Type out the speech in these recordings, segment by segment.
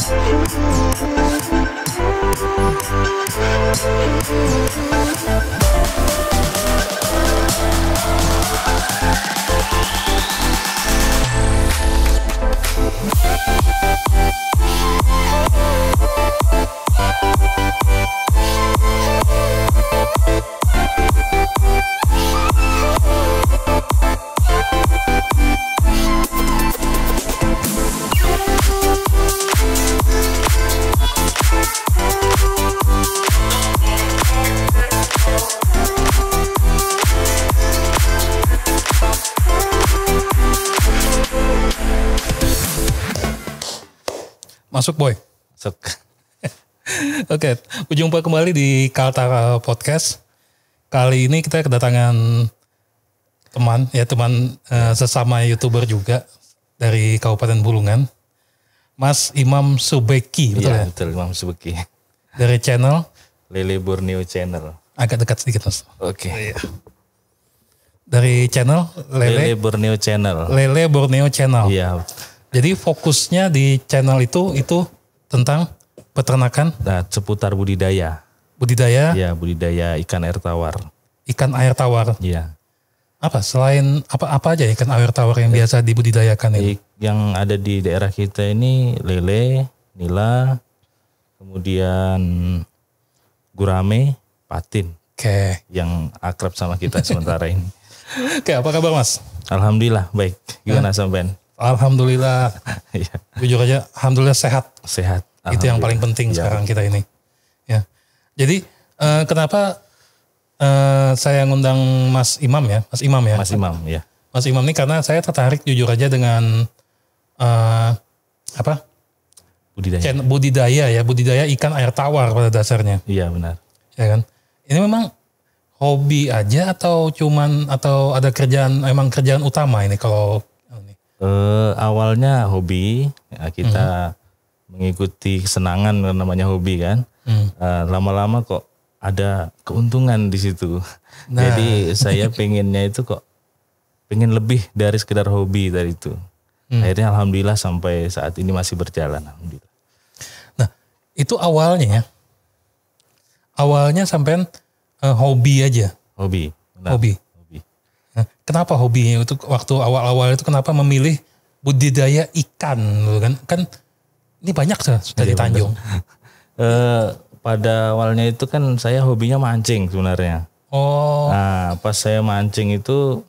Masuk boy. Masuk. Oke, berjumpa kembali di Kaltara Podcast. Kali ini kita kedatangan teman sesama YouTuber juga dari Kabupaten Bulungan, Mas Imam Subeki, betul ya? Betul, Imam Subeki. Dari channel Lele Borneo Channel. Agak dekat sedikit Mas. Oke. Iya. Dari channel Lele Borneo Channel. Lele Borneo Channel. Iya. Jadi fokusnya di channel itu tentang peternakan. Nah, seputar budidaya. Budidaya. Iya, budidaya ikan air tawar. Ikan air tawar. Iya. Apa selain apa aja ikan air tawar yang biasa dibudidayakan ini? Yang ada di daerah kita ini lele, nila, kemudian gurame, patin. Oke. Yang akrab sama kita sementara ini. Oke, apa kabar Mas? Alhamdulillah baik. Gimana sampean? Alhamdulillah. Iya. Jujur aja, alhamdulillah sehat. Sehat. Itu yang paling penting sekarang kita ini. Ya. Jadi kenapa saya ngundang Mas Imam ya? Mas Imam ya? Mas Imam ya. Mas Imam ini karena saya tertarik jujur aja dengan budidaya ikan air tawar pada dasarnya. Iya benar. Ya kan? Ini memang hobi aja atau ada kerjaan utama ini kalau ini? Awalnya hobi, ya, kita mengikuti kesenangan namanya hobi kan. Lama-lama kok ada keuntungan di situ. Nah. Jadi saya pengennya itu pengen lebih dari sekedar hobi dari itu. Akhirnya alhamdulillah sampai saat ini masih berjalan. Alhamdulillah. Nah itu awalnya sampean hobi aja. Hobi. Benar. Hobi. Nah, kenapa hobinya itu waktu awal-awal itu kenapa memilih budidaya ikan kan? Kan ini banyak sudah di Tanjung. Pada awalnya itu kan saya hobinya mancing sebenarnya. Oh. Nah pas saya mancing itu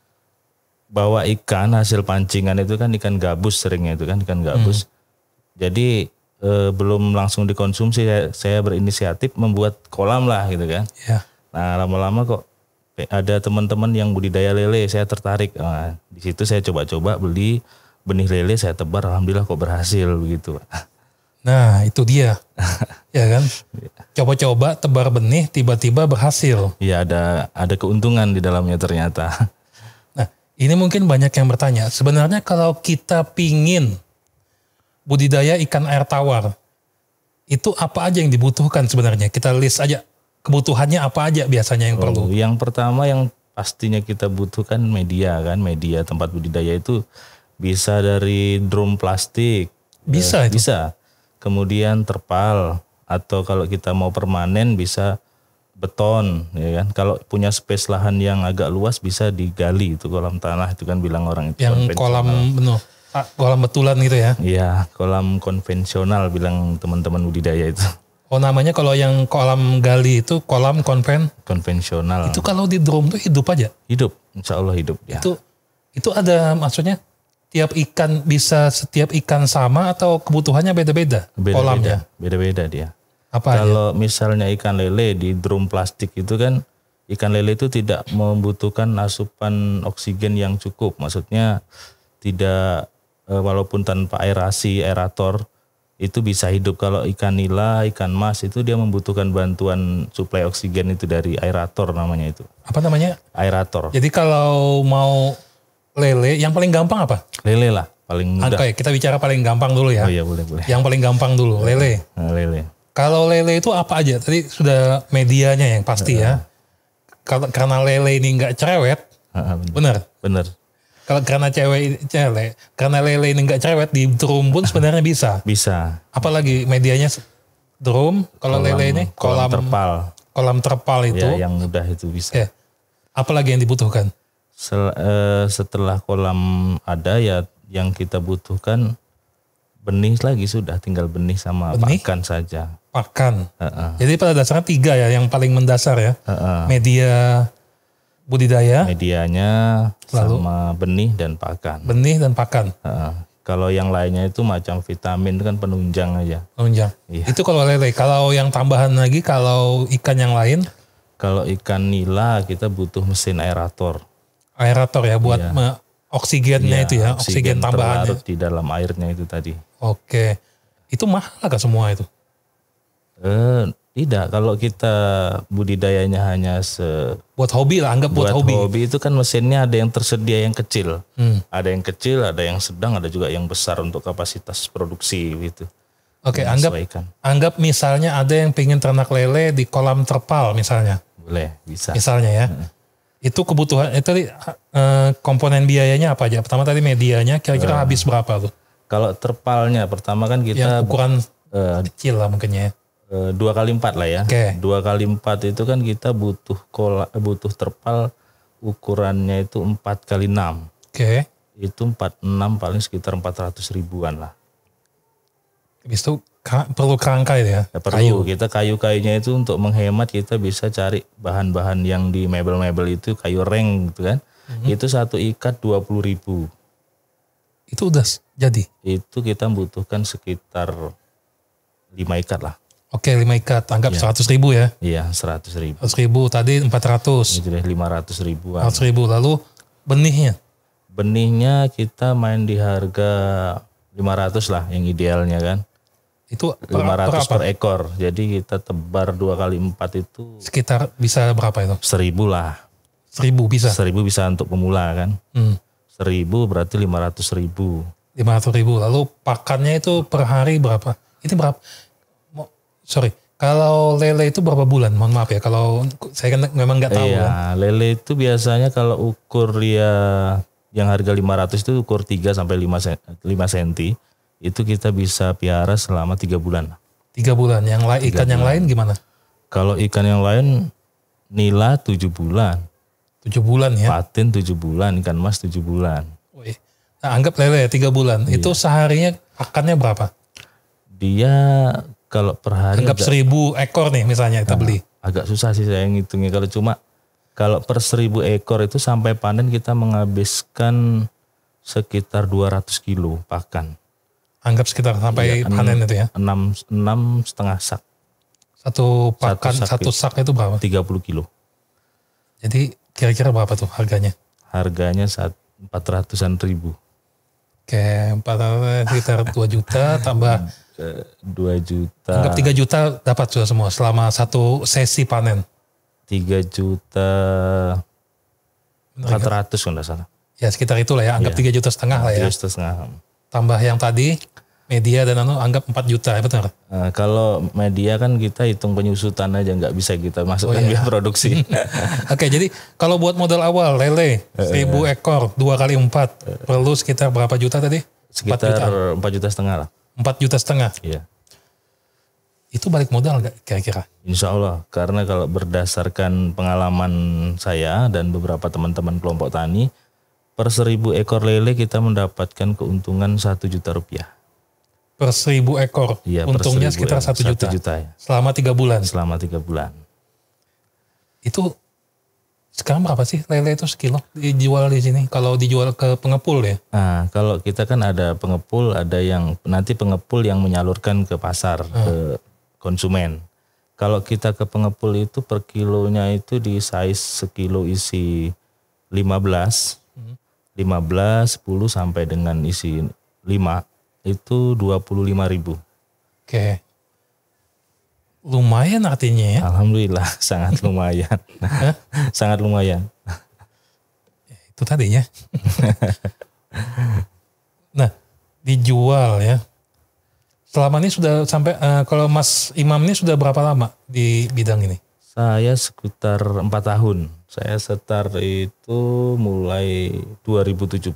bawa ikan hasil pancingan itu kan ikan gabus seringnya itu kan ikan gabus. Jadi belum langsung dikonsumsi saya berinisiatif membuat kolam lah gitu kan. Yeah. Nah lama-lama kok ada teman-teman yang budidaya lele, saya tertarik. Nah, di situ saya coba-coba beli benih lele, saya tebar, alhamdulillah kok berhasil begitu. Nah itu dia, ya kan? Coba-coba tebar benih, tiba-tiba berhasil. Iya ada keuntungan di dalamnya ternyata. Nah ini mungkin banyak yang bertanya, sebenarnya kalau kita pingin budidaya ikan air tawar, itu apa aja yang dibutuhkan sebenarnya? Kita list aja. Kebutuhannya apa aja biasanya yang perlu? Yang pertama yang pastinya kita butuhkan media kan. Media tempat budidaya itu bisa dari drum plastik. Bisa itu? Bisa. Kemudian terpal. Atau kalau kita mau permanen bisa beton. Ya kan? Kalau punya space lahan yang agak luas bisa digali. Itu kolam tanah itu kan bilang orang itu. Yang kolam betulan gitu ya? Iya kolam konvensional bilang teman-teman budidaya itu. Oh namanya kalau yang kolam gali itu kolam konvensional. Itu kalau di drum tuh hidup aja? Hidup, insya Allah hidup ya. Itu ada maksudnya setiap ikan sama atau kebutuhannya beda-beda kolamnya? Beda-beda dia. Apa kalau aja? Misalnya ikan lele di drum plastik itu kan ikan lele itu tidak membutuhkan asupan oksigen yang cukup. Maksudnya tidak walaupun tanpa aerator itu bisa hidup. Kalau ikan nila, ikan mas itu dia membutuhkan bantuan suplai oksigen itu dari aerator namanya itu. Apa namanya? Aerator. Jadi kalau mau lele, yang paling gampang apa? Lele lah, paling mudah. Oke, kita bicara paling gampang dulu ya. Oh iya boleh. Yang paling gampang dulu, lele. Nah, lele. Kalau lele itu apa aja? Tadi sudah medianya yang pasti ya. Karena lele ini nggak cerewet, benar. Kalau karena karena lele ini nggak cerewet di drum pun sebenarnya bisa. Bisa. Apalagi medianya drum, kalau lele ini kolam terpal. Kolam terpal itu. Ya, yang mudah itu bisa. Oke. Apalagi yang dibutuhkan? Setelah kolam ada ya yang kita butuhkan benih lagi, sudah tinggal benih sama pakan saja. Pakan. Jadi pada dasarnya 3 ya yang paling mendasar ya. Media budidaya. Medianya lalu sama benih dan pakan. Benih dan pakan. Kalau yang lainnya itu macam vitamin kan penunjang aja. Penunjang. Iya. Itu kalau lele. Kalau yang tambahan lagi, kalau ikan yang lain? Kalau ikan nila kita butuh mesin aerator. Aerator ya buat oksigennya itu ya, oksigen tambahan terlarut di dalam airnya itu tadi. Oke. Itu mahal gak semua itu? Tidak, kalau kita budidayanya hanya buat hobi lah, anggap buat hobi. Hobi itu kan mesinnya ada yang tersedia yang kecil. Ada yang kecil, ada yang sedang, ada juga yang besar untuk kapasitas produksi gitu. Oke, anggap misalnya ada yang pengen ternak lele di kolam terpal misalnya. Boleh, bisa. Misalnya ya. Itu kebutuhan, itu komponen biayanya apa aja? Pertama tadi medianya kira-kira habis berapa tuh? Kalau terpalnya pertama kan kita... Yang ukuran kecil lah mungkin ya. 2x4 lah ya. Okay. 2x4 itu kan kita butuh terpal ukurannya itu 4x6. Oke. Itu 46 paling sekitar 400 ribuan lah. Habis itu perlu kerangka ya? Perlu. Kita kayu-kayunya itu untuk menghemat kita bisa cari bahan-bahan yang di mebel-mebel itu kayu reng gitu kan. Itu satu ikat 20 ribu. Itu udah jadi? Itu kita membutuhkan sekitar 5 ikat lah. Oke, 5 ikat. Anggap 100 ribu ya? Iya, 100 ribu. 100 ribu, tadi 400. Itu deh 500 ribuan. 400 ribu, lalu benihnya? Benihnya kita main di harga 500 lah yang idealnya kan. Itu 500 per ekor. Jadi kita tebar 2x4 itu. Sekitar bisa berapa itu? 1000 lah. 1000 bisa? 1000 bisa untuk pemula kan. 1000 berarti 500 ribu. 500 ribu, lalu pakannya itu per hari berapa? Ini berapa? Kalau lele itu berapa bulan? Mohon maaf ya, kalau saya kan memang nggak tahu. Iya, kan. Lele itu biasanya kalau ukur ya yang harga 500 itu ukur 3 sampai 5 cm. Itu kita bisa piara selama 3 bulan. 3 bulan. Yang lain ikan yang lain gimana? Kalau ikan yang lain nila 7 bulan. 7 bulan ya. Patin 7 bulan, ikan mas 7 bulan. Nah, anggap lele 3 bulan. Itu seharinya pakannya berapa? Dia kalau per hari anggap 1000 ekor nih misalnya kita beli. Agak susah sih saya ngitungnya. Kalau per 1000 ekor itu sampai panen kita menghabiskan sekitar 200 kilo pakan. Anggap sekitar sampai panen itu ya? 6,5 sak. Satu pakan, satu sak itu berapa? 30 kilo. Jadi kira-kira berapa tuh harganya? Harganya 400-an ribu. Oke, 400 sekitar 2 juta tambah 2 juta. Anggap 3 juta dapat sudah semua selama satu sesi panen. 3 juta 400 kalau nggak salah. Ya sekitar itulah ya, anggap 3,5 juta lah ya. 3,5 juta. Tambah yang tadi media dan anggap 4 juta ya betul. Kalau media kan kita hitung penyusutan aja, nggak bisa kita masukkan biaya produksi. Oke, jadi kalau buat modal awal lele 1000 ekor 2x4 perlu sekitar berapa juta tadi? Sekitar 4,5 juta lah. 4,5 juta. Iya. Itu balik modal nggak kira-kira? Insya Allah, karena kalau berdasarkan pengalaman saya dan beberapa teman-teman kelompok tani, per 1000 ekor lele kita mendapatkan keuntungan 1 juta rupiah. Per 1000 ekor, iya, untungnya sekitar 1 juta. Ya. Selama 3 bulan? Selama 3 bulan. Itu sekarang berapa sih lele itu sekilo dijual di sini? Kalau dijual ke pengepul ya? Nah, kalau kita kan ada pengepul, ada yang nanti pengepul yang menyalurkan ke pasar, ke konsumen. Kalau kita ke pengepul itu per kilonya itu di size sekilo isi 15, 10 sampai dengan isi 5 itu 25.000. Oke. Lumayan artinya ya? Alhamdulillah sangat lumayan. Sangat lumayan. Itu tadinya. Nah, dijual ya. Selama ini sudah sampai, kalau Mas Imam ini sudah berapa lama di bidang ini? Saya sekitar 4 tahun. Saya start itu mulai 2017.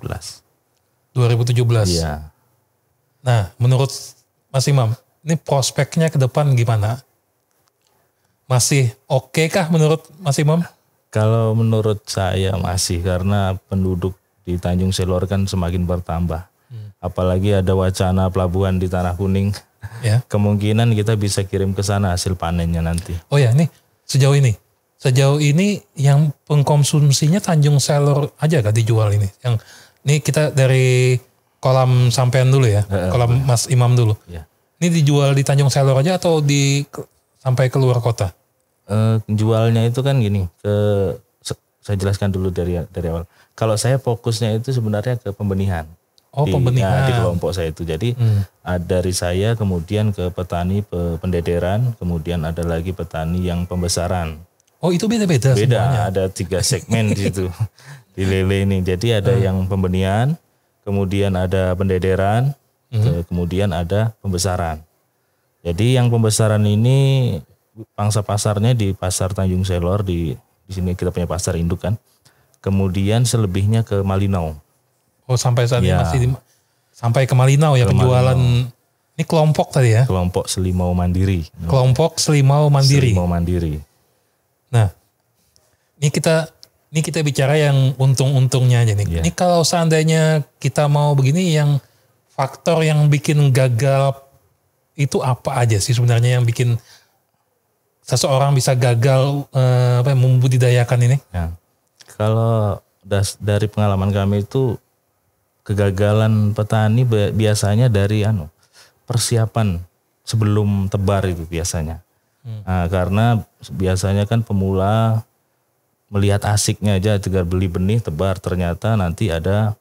2017. Iya. Nah, menurut Mas Imam, ini prospeknya ke depan gimana? Masih oke kah menurut Mas Imam? Kalau menurut saya masih, karena penduduk di Tanjung Selor kan semakin bertambah. Apalagi ada wacana pelabuhan di Tanah Kuning. Ya. Kemungkinan kita bisa kirim ke sana hasil panennya nanti. Oh ya, nih sejauh ini yang pengkonsumsinya Tanjung Selor aja gak dijual ini? Yang ini kita dari kolam sampean dulu ya, kolam Mas Imam dulu. Ya. Ini dijual di Tanjung Selor aja atau sampai keluar kota? Jualnya itu kan gini, saya jelaskan dulu dari awal. Kalau saya fokusnya itu sebenarnya ke pembenihan. Oh, pembenihan. Di kelompok saya itu. Jadi dari saya kemudian ke petani pendederan, kemudian ada lagi petani yang pembesaran. Oh, itu beda-beda semuanya. Ada 3 segmen di situ di lele ini. Jadi ada yang pembenihan, kemudian ada pendederan, kemudian ada pembesaran. Jadi yang pembesaran ini pangsa pasarnya di pasar Tanjung Selor, di sini kita punya pasar induk kan. Kemudian selebihnya ke Malinau. Oh, sampai saat ini masih sampai ke Malinau ya penjualan. Ini kelompok tadi ya? Kelompok Selimau Mandiri. Kelompok Selimau Mandiri. Selimau Mandiri. Nah, ini kita bicara yang untung-untungnya aja nih. Yeah. Ini kalau seandainya kita mau begini, yang faktor yang bikin gagal itu apa aja sih sebenarnya yang bikin seseorang bisa gagal membudidayakan ini? Ya. Kalau dari pengalaman kami itu, kegagalan petani biasanya dari persiapan sebelum tebar itu biasanya. Nah, karena biasanya kan pemula melihat asiknya aja, tegar beli benih tebar, ternyata nanti ada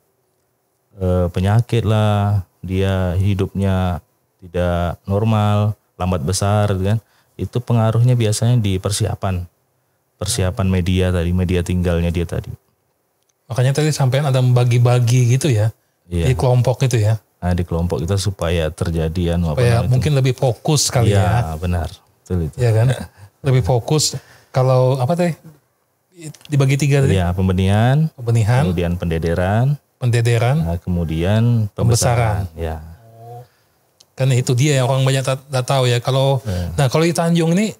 penyakit lah, dia hidupnya tidak normal, lambat besar kan. Itu pengaruhnya biasanya di persiapan media tadi, media tinggalnya dia tadi. Makanya tadi sampean ada membagi-bagi gitu ya, di kelompok itu ya. Nah, di kelompok kita supaya terjadi supaya mungkin lebih fokus kali ya. Iya, benar. Betul itu. Iya kan? Lebih fokus. Kalau apa tadi? Dibagi 3 tadi? Iya, pembenihan, kemudian pendederan, nah, kemudian pembesaran. Ya. Kan itu dia orang banyak tak tahu ya. Kalau nah kalau di Tanjung ini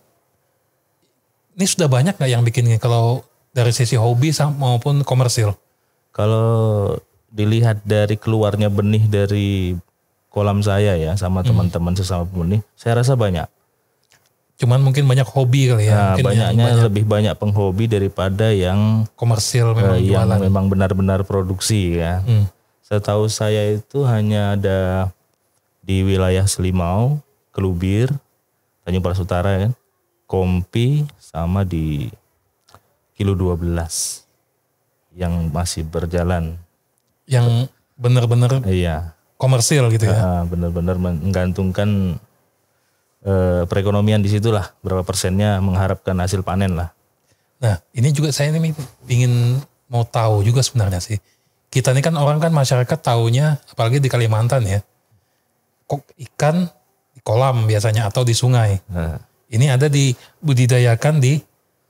sudah banyak nggak yang bikinnya kalau dari sisi hobi maupun komersil? Kalau dilihat dari keluarnya benih dari kolam saya ya sama teman-teman sesama pebenih, saya rasa banyak. Cuman mungkin banyak hobi kali ya. Nah, banyaknya lebih banyak penghobi daripada yang komersil memang yang jualan. memang benar-benar produksi ya. Setahu saya itu hanya ada di wilayah Selimau, Kelubir, Tanjung Palas Utara kan, Kompi, sama di Kilo 12 yang masih berjalan. Yang benar-benar komersil gitu ya. Benar-benar menggantungkan perekonomian di situlah, berapa persennya mengharapkan hasil panen lah. Nah, ini juga saya ini ingin mau tahu juga sebenarnya sih. Kita ini kan orang kan masyarakat taunya, apalagi di Kalimantan ya, kok ikan di kolam biasanya atau di sungai. Ini ada dibudidayakan di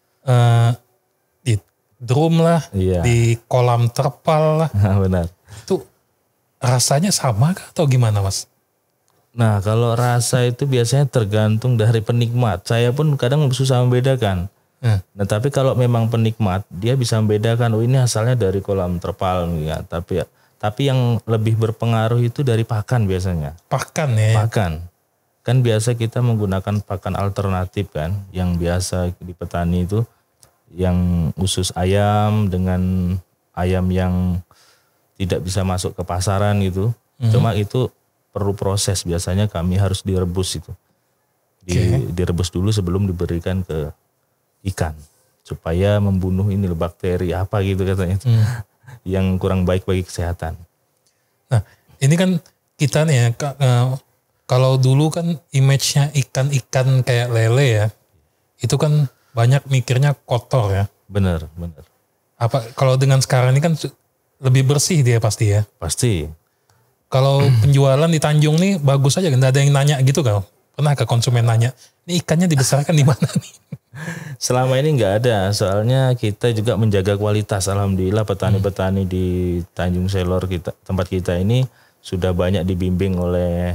drum lah, di kolam terpal lah. Benar. Itu rasanya sama kah atau gimana Mas? Nah, kalau rasa itu biasanya tergantung dari penikmat. Saya pun kadang susah membedakan. Nah, tapi kalau memang penikmat, dia bisa membedakan, oh ini asalnya dari kolam terpal ya. Tapi yang lebih berpengaruh itu dari pakan biasanya. Pakan ya? Pakan. Kan biasa kita menggunakan pakan alternatif kan, yang biasa di petani itu, yang usus ayam dengan ayam yang tidak bisa masuk ke pasaran gitu. Cuma itu perlu proses, biasanya kami harus direbus itu. Direbus dulu sebelum diberikan ke ikan. Supaya membunuh ini bakteri apa gitu katanya. Yang kurang baik bagi kesehatan. Nah, ini kan kita nih ya, kalau dulu kan image-nya ikan-ikan kayak lele ya, itu kan banyak mikirnya kotor ya. Benar. Apa kalau dengan sekarang ini kan lebih bersih dia pasti ya? Pasti. Kalau penjualan di Tanjung nih bagus aja, nggak ada yang nanya gitu kan Pernah ke konsumen nanya, ini ikannya dibesarkan di mana nih? Selama ini nggak ada, soalnya kita juga menjaga kualitas. Alhamdulillah petani-petani di Tanjung Selor kita, tempat kita ini sudah banyak dibimbing oleh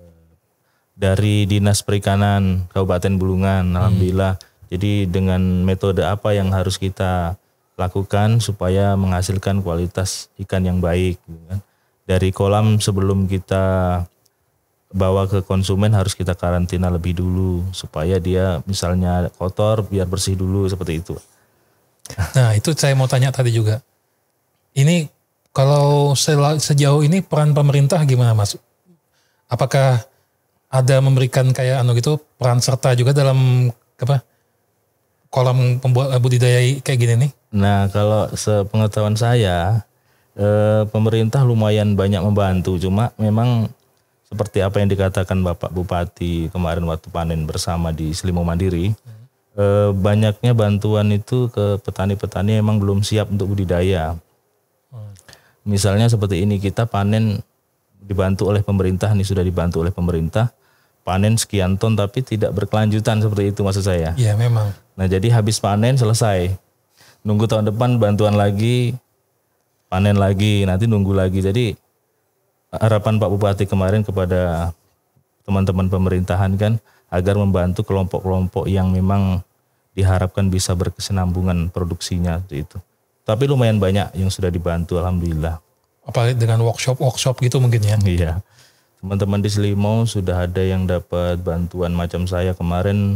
dari Dinas Perikanan Kabupaten Bulungan. Alhamdulillah. Jadi dengan metode apa yang harus kita lakukan supaya menghasilkan kualitas ikan yang baik. Gitu kan. Dari kolam sebelum kita bawa ke konsumen harus kita karantina lebih dulu supaya dia misalnya kotor biar bersih dulu seperti itu. Nah itu saya mau tanya tadi juga. Ini kalau sejauh ini peran pemerintah gimana Mas? Apakah ada memberikan kayak gitu peran serta juga dalam apa kolam pembuat budidaya kayak gini nih? Nah kalau sepengetahuan saya pemerintah lumayan banyak membantu, cuma memang seperti apa yang dikatakan Bapak Bupati kemarin waktu panen bersama di Selimo Mandiri, banyaknya bantuan itu ke petani-petani yang memang belum siap untuk budidaya. Misalnya seperti ini, kita panen dibantu oleh pemerintah, nih sudah dibantu oleh pemerintah, panen sekian ton tapi tidak berkelanjutan seperti itu maksud saya. Iya memang. Nah jadi habis panen selesai, nunggu tahun depan bantuan lagi, panen lagi, nanti nunggu lagi. Jadi harapan Pak Bupati kemarin kepada teman-teman pemerintahan kan agar membantu kelompok-kelompok yang memang diharapkan bisa berkesinambungan produksinya itu. Tapi lumayan banyak yang sudah dibantu alhamdulillah. Apalagi dengan workshop gitu mungkin ya. Iya. Teman-teman di Selimo sudah ada yang dapat bantuan macam saya kemarin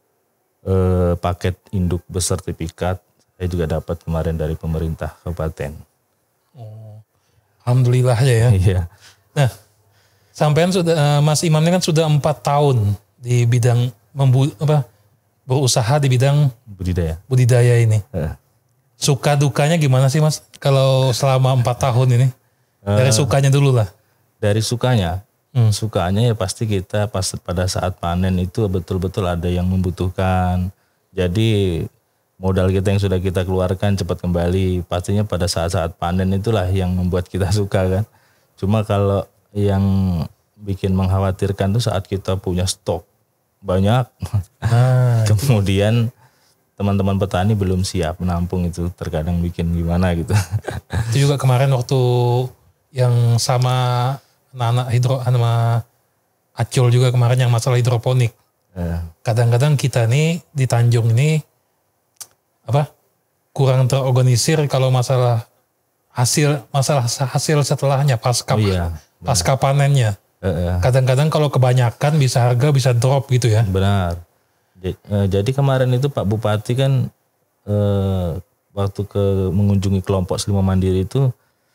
paket induk bersertifikat saya juga dapat kemarin dari pemerintah kabupaten. Oh. Alhamdulillah aja ya. Iya. Nah, sampean sudah Mas Imam ini kan sudah 4 tahun di bidang berusaha di bidang budidaya ini. Suka dukanya gimana sih Mas? Kalau selama 4 tahun ini? Dari sukanya dulu lah. Dari sukanya, sukanya ya pasti kita pada saat panen itu betul-betul ada yang membutuhkan. Jadi modal kita yang sudah kita keluarkan cepat kembali. Pastinya pada saat-saat panen itulah yang membuat kita suka kan. Cuma kalau yang bikin mengkhawatirkan tuh saat kita punya stok banyak, kemudian teman-teman petani belum siap menampung, itu terkadang bikin gimana gitu. Itu juga kemarin waktu yang sama anak sama Acul juga kemarin yang masalah hidroponik. Kadang-kadang kita nih di Tanjung ini kurang terorganisir kalau masalah hasil setelahnya pasca panennya. Kadang-kadang kalau kebanyakan harga bisa drop gitu ya. Benar. Jadi kemarin itu Pak Bupati kan waktu mengunjungi kelompok Selimo Mandiri itu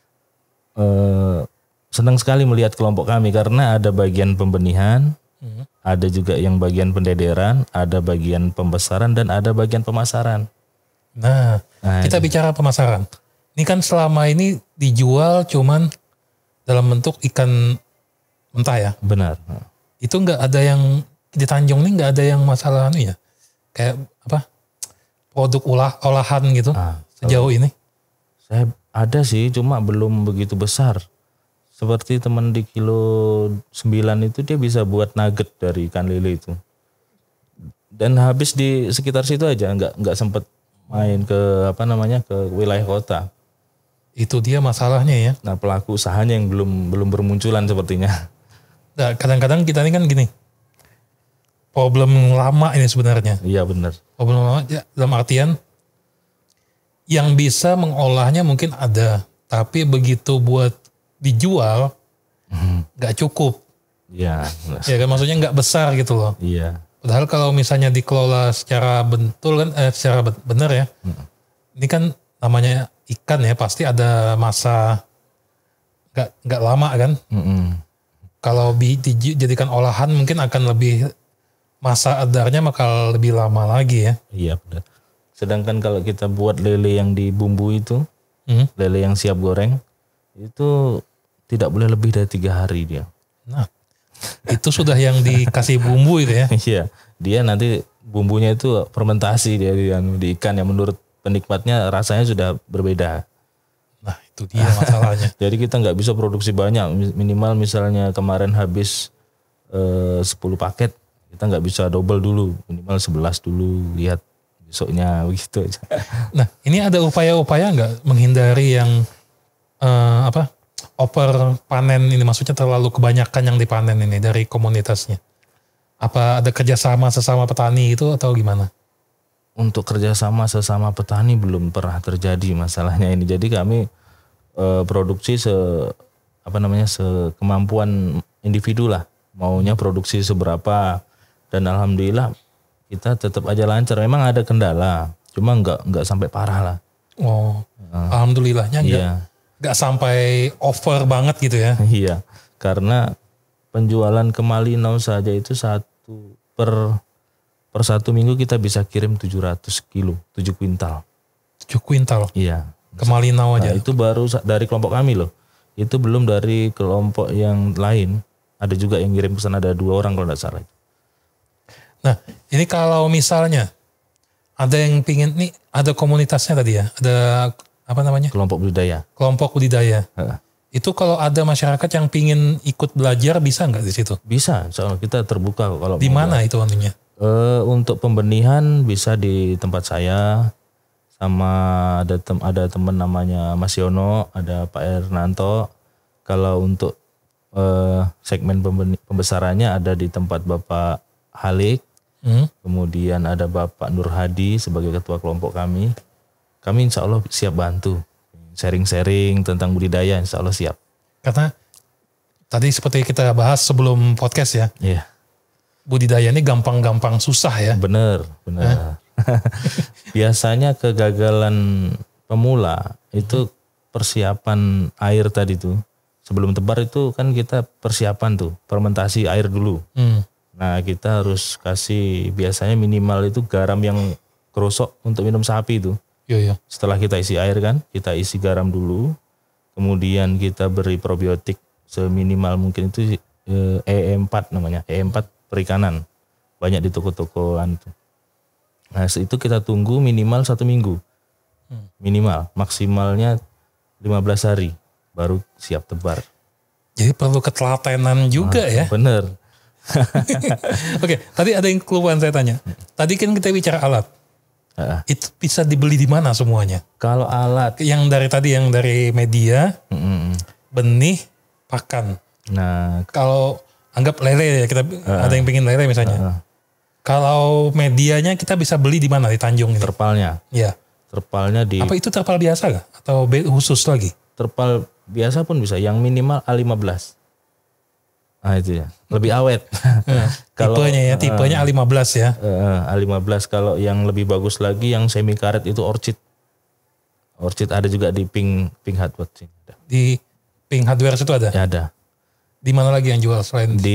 senang sekali melihat kelompok kami karena ada bagian pembenihan, ada juga yang bagian pendederan, ada bagian pembesaran dan ada bagian pemasaran. Nah kita bicara pemasaran. Ini kan selama ini dijual cuman dalam bentuk ikan mentah ya. Benar. Itu nggak ada yang di Tanjung ini nggak ada yang masalah ya, kayak produk olahan gitu sejauh ini. Saya ada sih, cuma belum begitu besar. Seperti teman di kilo 9 itu dia bisa buat nugget dari ikan lele itu. Dan habis di sekitar situ aja, nggak sempet main ke ke wilayah kota. Itu dia masalahnya ya. Nah pelaku usahanya yang belum bermunculan sepertinya. Nah, kadang-kadang kita ini kan gini, problem lama ini sebenarnya. Iya benar. Problem lama dalam artian yang bisa mengolahnya mungkin ada, tapi begitu buat dijual nggak cukup. Iya. Ya kan maksudnya nggak besar gitu loh. Iya. Padahal kalau misalnya dikelola secara secara benar ya, ini kan namanya ikan ya, pasti ada masa nggak lama kan. Kalau dijadikan olahan mungkin akan lebih masa edarnya bakal lebih lama lagi ya. Iya benar. Sedangkan kalau kita buat lele yang dibumbu itu, lele yang siap goreng, itu tidak boleh lebih dari 3 hari dia. Nah, itu sudah yang dikasih bumbu itu ya. Iya, dia nanti bumbunya itu fermentasi dia di ikan yang menurut penikmatnya rasanya sudah berbeda. Nah itu dia masalahnya. Jadi kita nggak bisa produksi banyak, minimal misalnya kemarin habis 10 paket, Kita nggak bisa double dulu, minimal 11 dulu, lihat besoknya begitu aja. Nah, ini ada upaya-upaya nggak menghindari yang over panen ini, maksudnya terlalu kebanyakan yang dipanen ini dari komunitasnya? Apa ada kerjasama sesama petani itu atau gimana? Untuk kerjasama sesama petani belum pernah terjadi masalahnya ini. Jadi kami produksi sekemampuan individu lah. Maunya produksi seberapa, dan alhamdulillah kita tetap aja lancar. Memang ada kendala, cuma nggak sampai parah lah. Oh, alhamdulillahnya nggak sampai over banget gitu ya? Iya, karena penjualan ke Malinau saja itu per 1 minggu kita bisa kirim 700 kilo, 7 kuintal. 7 kuintal? Iya. Ke Malinau aja? Nah, itu baru dari kelompok kami loh. Itu belum dari kelompok yang lain. Ada juga yang ngirim pesan, ada 2 orang kalau nggak salah. Nah, ini kalau misalnya ada yang pingin, nih ada komunitasnya tadi ya, ada apa namanya? Kelompok budidaya. Kelompok budidaya. Itu kalau ada masyarakat yang pingin ikut belajar bisa nggak di situ? Bisa, soalnya kita terbuka kalau di mana itu anunya? Untuk pembenihan bisa di tempat saya, sama ada teman namanya Mas Yono, ada Pak Hernanto. Kalau untuk segmen pembesarannya ada di tempat Bapak Halik, kemudian ada Bapak Nur Hadi sebagai ketua kelompok kami. Kami insya Allah siap bantu. Sharing-sharing tentang budidaya insya Allah siap. Karena tadi seperti kita bahas sebelum podcast ya. Iya. Budidaya ini gampang-gampang susah ya. Bener. Biasanya kegagalan pemula itu persiapan air tadi tuh. Sebelum tebar itu kan kita persiapan tuh, fermentasi air dulu. Nah kita harus kasih biasanya minimal itu garam yang kerosok untuk minum sapi itu. Iya. Setelah kita isi air kan, kita isi garam dulu, kemudian kita beri probiotik seminimal mungkin itu E4 namanya, E4 perikanan, banyak di toko-tokoan tuh. Nah itu kita tunggu minimal 1 minggu, minimal, maksimalnya 15 hari baru siap tebar. Jadi perlu ketelatenan juga ya. Bener. Oke, tadi ada yang keluhan saya tanya. Tadi kan kita bicara alat. Itu bisa dibeli di mana semuanya? Kalau alat yang dari media, benih, pakan. Nah, kalau anggap lele ya, kita ada yang pengen lele misalnya. Kalau medianya kita bisa beli di mana di Tanjung ini? Terpalnya. Iya. Terpalnya di. Apa itu terpal biasa gak? Atau khusus lagi? Terpal biasa pun bisa, yang minimal A15. Nah itu ya, lebih awet. Tipenya A15 ya. A15, kalau yang lebih bagus lagi yang semi karet itu Orchid. Orchid ada juga di Pink Hardware sih. Di Pink Hardware itu ada? Ya ada. Di mana lagi yang jual selain? Di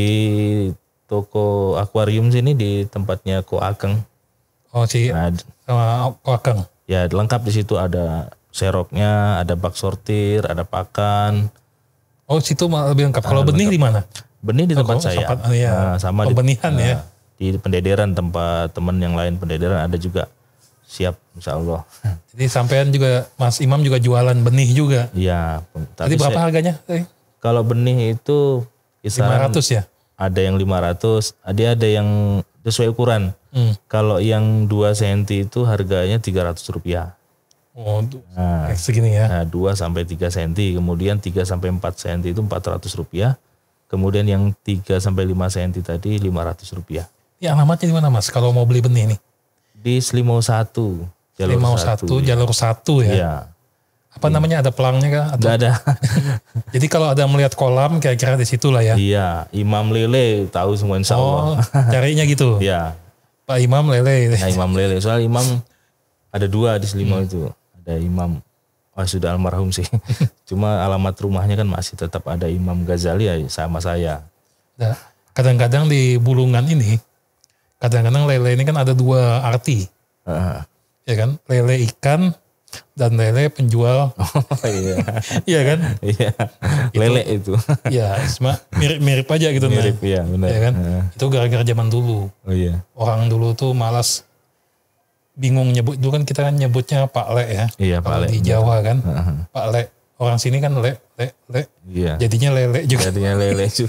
toko akuarium sini di tempatnya Ko Akeng. Oh sama Ko Akeng. Ya lengkap di situ, ada seroknya, ada bak sortir, ada pakan. Oh situ malah lebih lengkap. Kalau benih di mana? Benih di tempat saya. Sama pembenihan ya. Di pendederan tempat teman yang lain pendederan ada juga. Siap insya Allah. Jadi sampean juga, Mas Imam juga jualan benih juga. Iya. Tadi berapa harganya? Kalau benih itu kisaran 500 ya? Ada yang 500, ada yang sesuai ukuran. Kalau yang 2 cm itu harganya Rp300. Oh, segini ya. Nah, 2 sampai 3 cm, kemudian 3 sampai 4 cm itu Rp400. Kemudian yang 3 sampai 5 cm tadi Rp500. Ya alamatnya di mana Mas kalau mau beli benih nih? Di Slimau 1. Slimau 1, jalur 1 ya. Iya. Apa namanya, ada pelangnya kah? Enggak ada. Jadi kalau ada melihat kolam kira-kira di situ lah ya. Iya, Imam Lele tahu semua insya Allah. Carinya gitu. Iya. Pak Imam Lele. Nah, Imam Lele. Soal Imam ada 2 di Slimau itu. Ada Imam, sudah almarhum sih. Cuma alamat rumahnya kan masih tetap ada Imam Ghazali ya sama saya. Nah, kadang-kadang di Bulungan ini, kadang-kadang lele ini kan ada 2 arti. Ya kan, lele ikan dan lele penjual. Iya. Iya kan? Iya. Lele itu. Iya, mirip-mirip aja gitu. Mirip, iya benar. Ya kan? Itu gara-gara zaman dulu. Oh iya. Orang dulu tuh malas, bingung nyebut. Dulu kan kita kan nyebutnya Pak Le ya. Iya, Pak Le. Di Jawa kan. Pak Le. Orang sini kan le. Iya. Jadinya lele juga. Jadinya lele juga.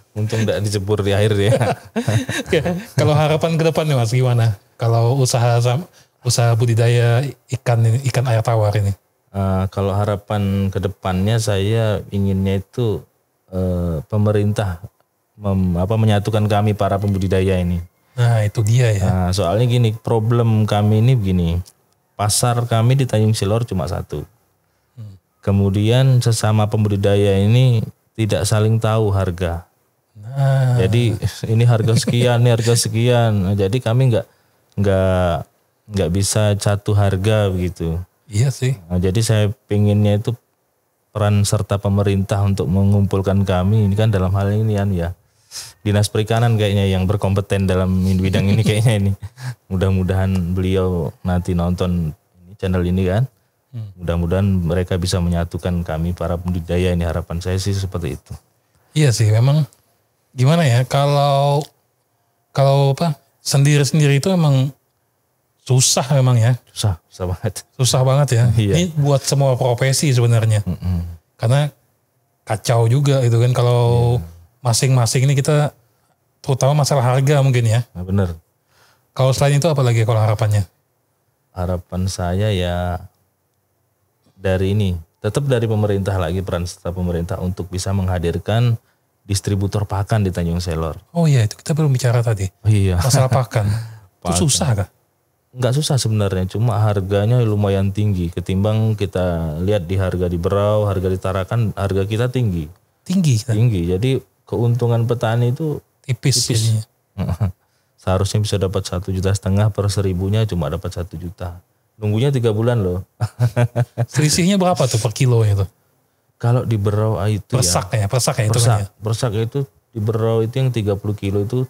Untung enggak dijebur di air ya. Kalau harapan ke depan nih Mas gimana? Kalau usaha budidaya ikan air tawar ini? Kalau harapan ke depannya saya inginnya itu pemerintah menyatukan kami para pembudidaya ini. Nah itu dia ya. Nah, soalnya gini, problem kami ini begini, pasar kami di Tanjung Selor cuma satu. Kemudian sesama pembudidaya ini tidak saling tahu harga. Nah. Jadi ini harga sekian, ini harga sekian. Nah, jadi kami nggak bisa satu harga begitu. Iya sih. Nah, jadi saya pinginnya itu peran serta pemerintah untuk mengumpulkan kami. Ini kan dalam hal ini ya. Dinas Perikanan kayaknya yang berkompeten dalam bidang ini kayaknya ini. Mudah-mudahan beliau nanti nonton channel ini kan. Mudah-mudahan mereka bisa menyatukan kami para budidaya ini, harapan saya sih seperti itu. Iya sih memang gimana ya kalau sendiri-sendiri itu memang susah memang ya. Susah banget. Susah banget ya. Iya. Ini buat semua profesi sebenarnya. Karena kacau juga itu kan kalau masing-masing ini kita terutama masalah harga mungkin ya. Nah, benar. Kalau selain itu apa lagi kalau harapannya? Harapan saya ya dari ini, tetap dari pemerintah lagi, peran serta pemerintah untuk bisa menghadirkan distributor pakan di Tanjung Selor. Oh iya itu kita belum bicara tadi. Oh, iya. Masalah pakan. Itu susah kah? Enggak susah sebenarnya, cuma harganya lumayan tinggi ketimbang kita lihat di harga di Berau, harga di Tarakan, harga kita tinggi. Tinggi. Jadi keuntungan petani itu tipis. Jadinya. Seharusnya bisa dapat 1,5 juta per 1.000-nya cuma dapat 1 juta. Nunggunya 3 bulan loh. Selisihnya berapa tuh per kilo itu? Kalau di Berau itu persak ya itu kan ya. Persak itu di Berau itu yang 30 kilo itu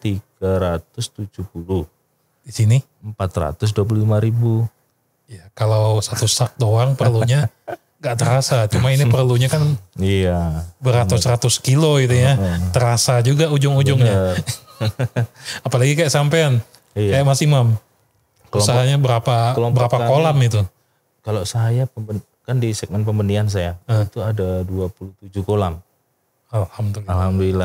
370. Di sini 425.000. Ya, kalau satu sak doang perlunya gak terasa. Cuma ini perlunya kan iya, beratus-ratus kilo itu ya. Terasa juga ujung-ujungnya. Apalagi kayak sampean, kayak Mas Imam. Usahanya berapa kolam itu? Kalau saya kan di segmen pembenihan saya itu ada 27 kolam. Alhamdulillah.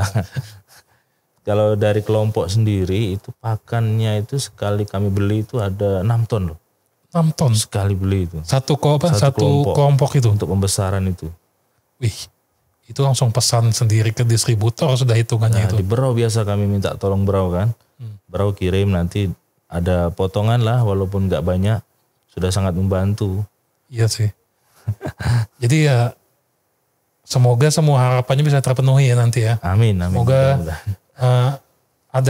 Kalau dari kelompok sendiri itu pakannya itu sekali kami beli itu ada 6 ton loh. 6 ton? Sekali beli itu. Satu kelompok itu? Untuk pembesaran itu. Wih, itu langsung pesan sendiri ke distributor sudah hitungannya itu. Di Berau biasa kami minta tolong Berau kan. Berau kirim nanti ada potongan lah walaupun nggak banyak. Sudah sangat membantu. Iya sih. Jadi ya semoga semua harapannya bisa terpenuhi ya nanti ya. Amin. Semoga ada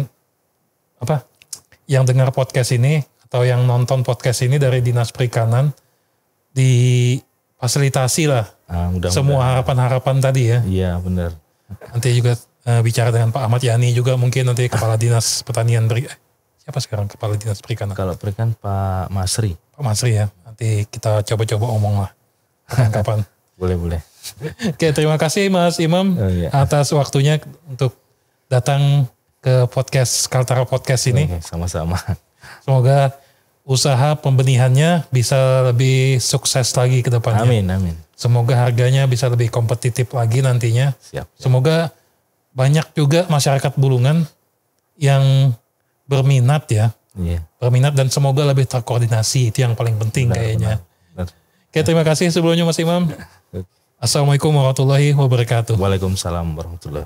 yang dengar podcast ini atau yang nonton podcast ini dari Dinas Perikanan difasilitasi lah semua harapan-harapan tadi ya. Iya benar. Nanti juga bicara dengan Pak Ahmad Yani juga mungkin nanti Kepala Dinas Pertanian siapa sekarang Kepala Dinas Perikanan? Kalau Perikanan Pak Masri. Pak Masri ya. Nanti kita coba-coba omong lah kapan-kapan. Boleh. Oke, terima kasih Mas Imam atas waktunya untuk datang ke podcast Kaltara Podcast ini. Sama-sama. Semoga usaha pembenihannya bisa lebih sukses lagi ke depannya. Amin. Semoga harganya bisa lebih kompetitif lagi nantinya. Siap. Semoga banyak juga masyarakat Bulungan yang berminat ya. Iya. Berminat dan semoga lebih terkoordinasi, itu yang paling penting kayaknya. Benar. Oke, terima kasih sebelumnya Mas Imam. Assalamualaikum warahmatullahi wabarakatuh. Waalaikumsalam warahmatullahi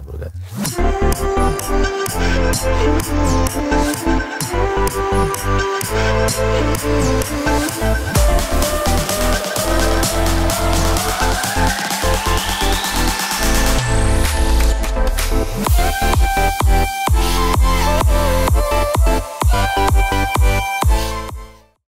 wabarakatuh.